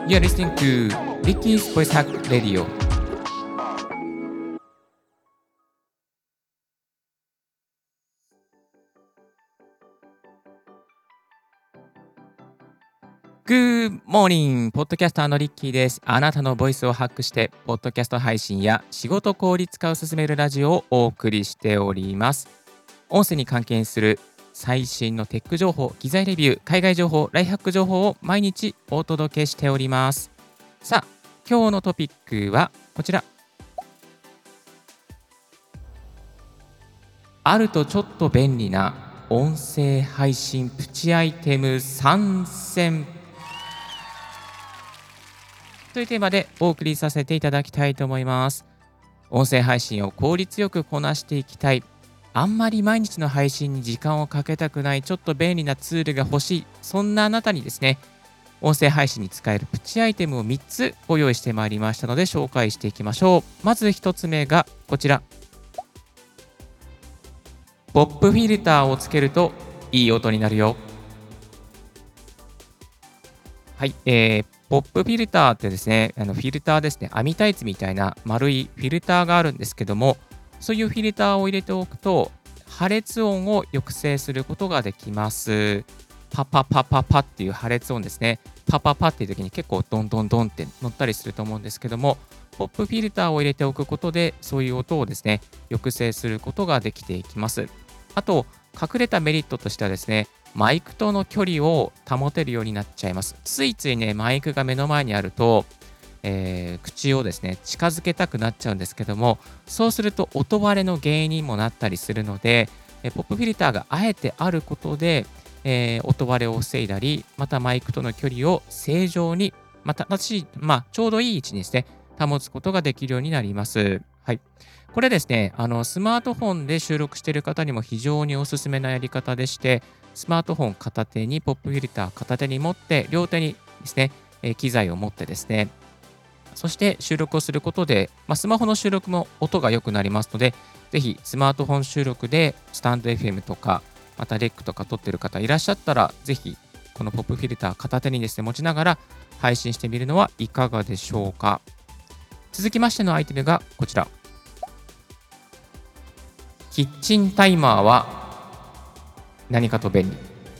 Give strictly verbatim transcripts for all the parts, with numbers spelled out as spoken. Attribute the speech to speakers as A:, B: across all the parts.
A: You are listening to Ricky's Voice Hack Radio. Good morning! ポッドキャスターのリッキーです。あなたのボイスをハックして、ポッドキャスト配信や仕事効率化を進めるラジオをお送りしております。音声に関係する最新のテック情報、機材レビュー、海外情報、ライフハック情報を毎日お届けしております。さあ、今日のトピックはこちら。あるとちょっと便利な音声配信プチアイテム参戦というテーマでお送りさせていただきたいと思います。音声配信を効率よくこなしていきたい。あんまり毎日の配信に時間をかけたくない、ちょっと便利なツールが欲しい、そんなあなたにですね、音声配信に使えるプチアイテムをみっつご用意してまいりましたので紹介していきましょう。まずひとつめがこちら。ポップフィルターをつけるといい音になるよ。はい、えー、ポップフィルターってですね、あのフィルターですね、網タイツみたいな丸いフィルターがあるんですけども、そういうフィルターを入れておくと破裂音を抑制することができます。パパパパパっていう破裂音ですね。パパパっていう時に結構ドンドンドンって乗ったりすると思うんですけども、ポップフィルターを入れておくことでそういう音をですね、抑制することができていきます。あと、隠れたメリットとしてはですね、マイクとの距離を保てるようになっちゃいます。ついついね、マイクが目の前にあると、えー、口をですね、近づけたくなっちゃうんですけども、そうすると音割れの原因にもなったりするので、えポップフィルターがあえてあることで、えー、音割れを防いだり、またマイクとの距離を正常に、また正しい、まあ、ちょうどいい位置にですね、保つことができるようになります。はい。これですね、あのスマートフォンで収録している方にも非常におすすめなやり方でして、スマートフォン片手にポップフィルター片手に持って、両手にですね、えー、機材を持ってですね、そして収録をすることで、まあ、スマホの収録も音が良くなりますので、ぜひスマートフォン収録でスタンド エフエム とか、またレックとか撮ってる方いらっしゃったら、ぜひこのポップフィルター片手にですね、持ちながら配信してみるのはいかがでしょうか。続きましてのアイテムがこちら。キッチンタイマーは何かと便利。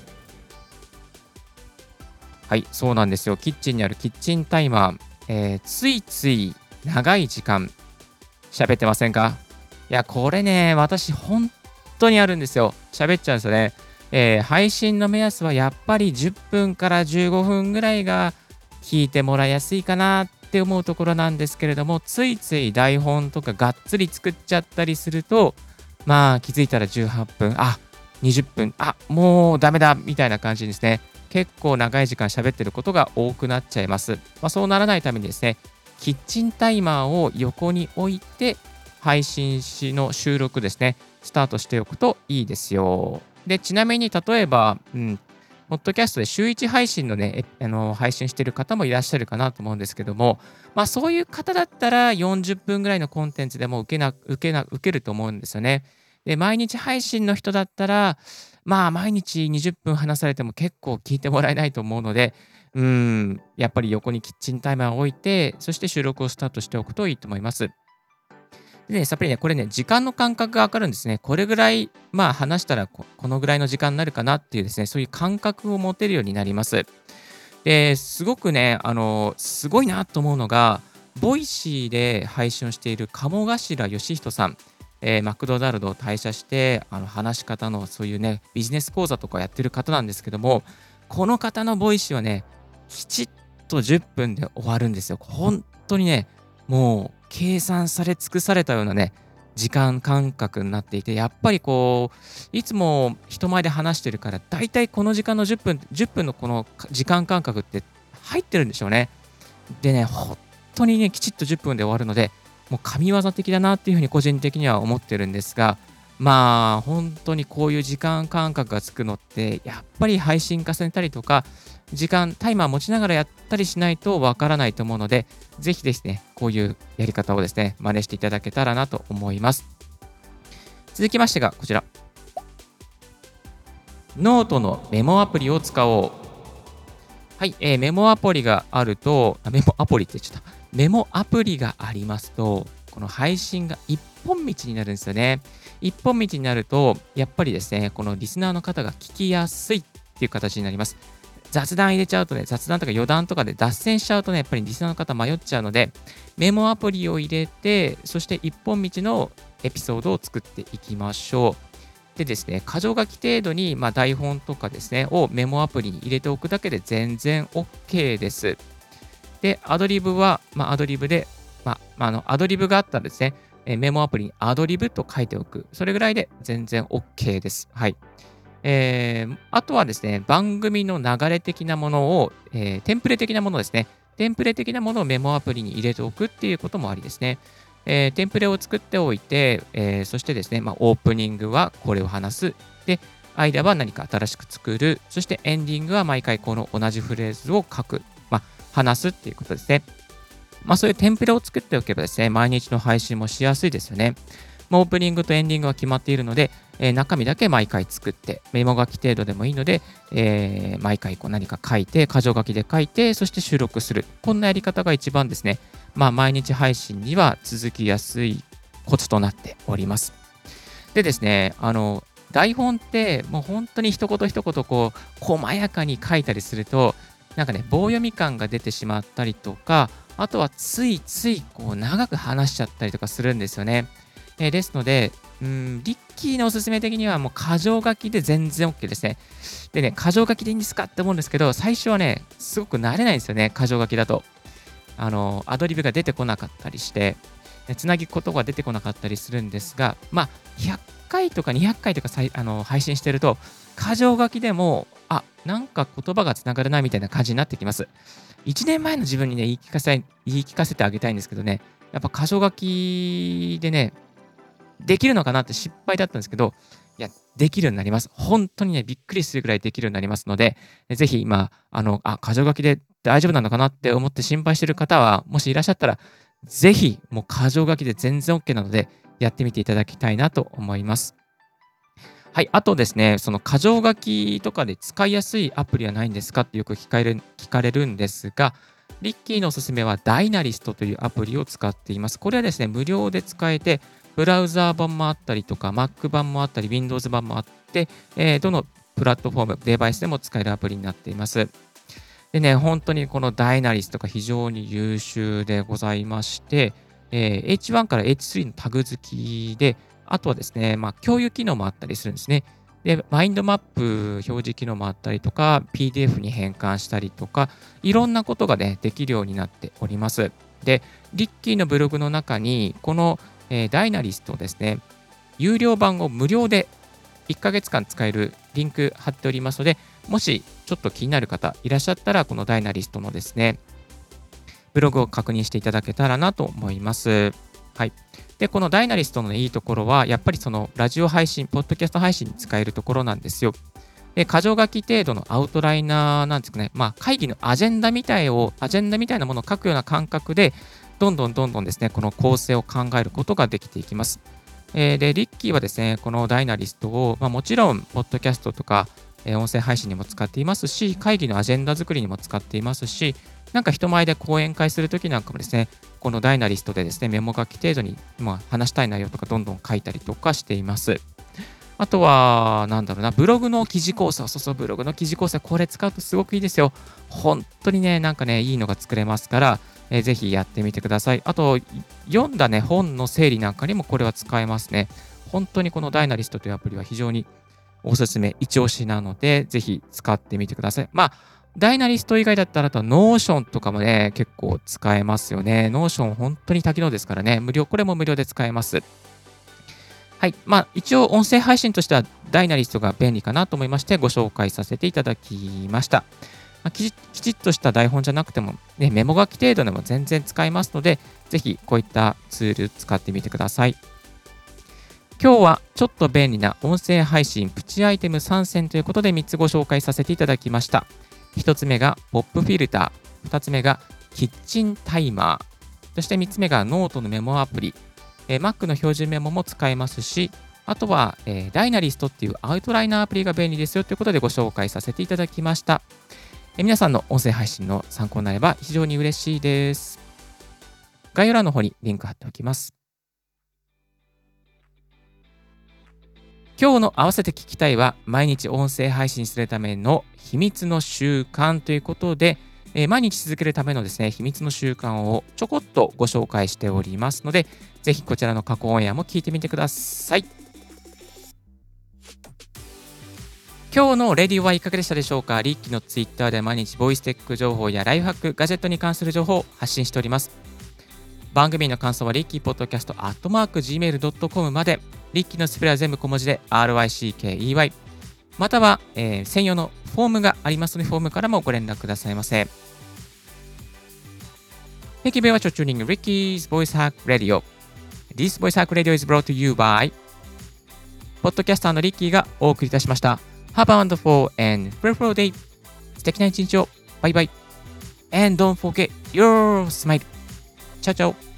A: はい、そうなんですよ。キッチンにあるキッチンタイマー、えー、ついつい長い時間喋ってませんか？いや、これね、私本当にあるんですよ。喋っちゃうんですよね。えー、配信の目安はやっぱりじゅっぷんからじゅうごふんぐらいが聞いてもらいやすいかなって思うところなんですけれども、ついつい台本とかがっつり作っちゃったりすると、まあ気づいたらじゅうはっぷん、あ、にじゅっぷん、あ、もうダメだみたいな感じですね。結構長い時間喋ってることが多くなっちゃいます。まあ、そうならないためにですね、キッチンタイマーを横に置いて配信しの収録ですね、スタートしておくといいですよ。で、ちなみに例えば、うん、ポッドキャストで週いち配信のね、えあの配信している方もいらっしゃるかなと思うんですけども、まあそういう方だったらよんじゅっぷんぐらいのコンテンツでも受けな受けな受けると思うんですよね。で、毎日配信の人だったら、まあ毎日にじゅっぷん話されても結構聞いてもらえないと思うので、うーん、やっぱり横にキッチンタイマーを置いて、そして収録をスタートしておくといいと思います。でね、やっぱりね、これね、時間の感覚がわかるんですね。これぐらい、まあ話したらこ、このぐらいの時間になるかなっていうですね、そういう感覚を持てるようになります。で、すごくね、あの、すごいなと思うのが、ボイシーで配信をしている鴨頭義人さん、えーマクドナルドを退社して、あの話し方のそういうね、ビジネス講座とかやってる方なんですけども、この方のボイシーはね、きちっとじゅっぷんで終わるんですよ。本当にね、もう計算され尽くされたようなね、時間感覚になっていて、やっぱりこう、いつも人前で話してるから、だいたいこの時間のじゅっぷん、じゅっぷんのこのか時間感覚って入ってるんでしょうね。でね、本当にね、きちっとじゅっぷんで終わるので、もう神業的だなっていうふうに個人的には思ってるんですが、まあ、本当にこういう時間感覚がつくのって、やっぱり配信重ねたりとか、時間、タイマー持ちながらやったりしないとわからないと思うので、ぜひですね、こういうやり方をですね、真似していただけたらなと思います。続きましてが、こちら。ノートのメモアプリを使おう。 はい、えーメモアプリがあると、あ、メモアプリって言っちゃった。メモアプリがありますと、この配信が一本道になるんですよね。一本道になると、やっぱりですね、このリスナーの方が聞きやすいっていう形になります。雑談入れちゃうとね、雑談とか余談とかで脱線しちゃうとね、やっぱりリスナーの方迷っちゃうので、メモアプリを入れて、そして一本道のエピソードを作っていきましょう。でですね、箇条書き程度に、まあ、台本とかですね、をメモアプリに入れておくだけで全然 OK です。で、アドリブは、まあ、アドリブで、まあ、まあ、あの、アドリブがあったらですね、えーメモアプリにアドリブと書いておく。それぐらいで全然 OK です。はい。えーあとはですね、番組の流れ的なものを、えーテンプレ的なものですね。テンプレ的なものをメモアプリに入れておくっていうこともありですね。えーテンプレを作っておいて、えーそしてですね、まあ、オープニングはこれを話す。で、間は何か新しく作る。そしてエンディングは毎回この同じフレーズを書く。まあ、話すっていうことですね。まあ、そういうテンプレを作っておけばですね、毎日の配信もしやすいですよね。まあ、オープニングとエンディングは決まっているので、えー中身だけ毎回作って、メモ書き程度でもいいので、えー毎回こう何か書いて、箇条書きで書いて、そして収録する。こんなやり方が一番ですね、まあ、毎日配信には続きやすいコツとなっております。でですね、あの、台本ってもう本当に一言一言こう、細やかに書いたりすると、なんかね、棒読み感が出てしまったりとか、あとはついついこう長く話しちゃったりとかするんですよね。えーですので、うん、リッキーのおすすめ的にはもう箇条書きで全然 OK ですね。でね、箇条書きでいいんですかって思うんですけど、最初はね、すごく慣れないんですよね、箇条書きだと。あの、アドリブが出てこなかったりして、でつなぎことが出てこなかったりするんですが、まあ、ひゃっかいとかにひゃっかいとかさいあの配信してると、箇条書きでも、あ、なんか言葉がつながるなみたいな感じになってきます。いちねんまえの自分にね、言い聞かせ言い聞かせてあげたいんですけどね、やっぱ箇条書きでね、できるのかなって心配だったんですけど、いや、できるようになります。本当にね、びっくりするぐらいできるようになりますので、ぜひ今、あの、あ、箇条書きで大丈夫なのかなって思って心配している方は、もしいらっしゃったら、ぜひ、もう箇条書きで全然 OK なので、やってみていただきたいなと思います。はい、あとですね、その箇条書きとかで使いやすいアプリはないんですかってよく聞かれる聞かれるんですが、リッキーのおすすめはダイナリストというアプリを使っています。これはですね、無料で使えて、ブラウザー版もあったりとか、Mac 版もあったり、Windows 版もあって、えーどのプラットフォーム、デバイスでも使えるアプリになっています。でね、本当にこのダイナリストが非常に優秀でございまして、えー エイチワン から エイチスリー のタグ付きで、あとはですね、まあ、共有機能もあったりするんですね。で、マインドマップ表示機能もあったりとか、ピーディーエフ に変換したりとか、いろんなことがね、できるようになっております。で、リッキーのブログの中に、この、えーダイナリストをですね、有料版を無料でいっかげつかん使えるリンク貼っておりますので、もしちょっと気になる方いらっしゃったら、このダイナリストのですね、ブログを確認していただけたらなと思います。はい。で、このダイナリストのいいところは、やっぱりそのラジオ配信、ポッドキャスト配信に使えるところなんですよ。で、箇条書き程度のアウトライナーなんですかね、まあ、会議のアジェンダみたいを、アジェンダみたいなものを書くような感覚で、どんどんどんどんですね、この構成を考えることができていきます。えーで、リッキーはですね、このダイナリストを、まあ、もちろん、ポッドキャストとか、えー音声配信にも使っていますし、会議のアジェンダ作りにも使っていますし、なんか人前で講演会するときなんかもですね、このダイナリストでですね、メモ書き程度に、まあ、話したい内容とかどんどん書いたりとかしています。あとは、なんだろうな、ブログの記事構成、そうそう、ブログの記事構成、これ使うとすごくいいですよ。本当にね、なんかね、いいのが作れますから、えーぜひやってみてください。あと、読んだね、本の整理なんかにもこれは使えますね。本当にこのダイナリストというアプリは非常におすすめ、一押しなので、ぜひ使ってみてください。まあ、ダイナリスト以外だったら、あとはノーションとかもね、結構使えますよね。ノーション本当に多機能ですからね、無料、これも無料で使えます。はい。まあ、一応音声配信としてはダイナリストが便利かなと思いましてご紹介させていただきました。まあ、きちきちっとした台本じゃなくても、ね、メモ書き程度でも全然使えますので、ぜひこういったツール使ってみてください。今日はちょっと便利な音声配信プチアイテムさん選ということでみっつご紹介させていただきました。ひとつめがポップフィルター、ふたつめがキッチンタイマー、そしてみっつめがノートのメモアプリ、えー Mac の標準メモも使えますし、あとは、えーダイナリストっていうアウトライナーアプリが便利ですよということでご紹介させていただきました。 え皆さんの音声配信の参考になれば非常に嬉しいです。概要欄の方にリンク貼っておきます。今日の合わせて聞きたいは、毎日音声配信するための秘密の習慣ということで、えー毎日続けるためのですね、秘密の習慣をちょこっとご紹介しておりますので、ぜひこちらの過去オンエアも聞いてみてください。今日のレディオはいかがでしたでしょうか。リッキーのツイッターで毎日ボイステック情報やライフハック、ガジェットに関する情報を発信しております。番組の感想はリッキーポッドキャストアットマーク ジーメールドットコム まで、リッキーのスペルは全部小文字で アールワイシーケーイーワイ、または、えー専用のフォームがありますので、フォームからもご連絡くださいませ。Thank you very much for tuning in Ricky's Voice Hack Radio. This Voice Hack Radio is brought to you by ポッドキャスターのリッキーがお送りいたしました。Have a wonderful and fruitful day. 素敵な一日を。バイバイ。And don't forget your smile. チャオチャオ。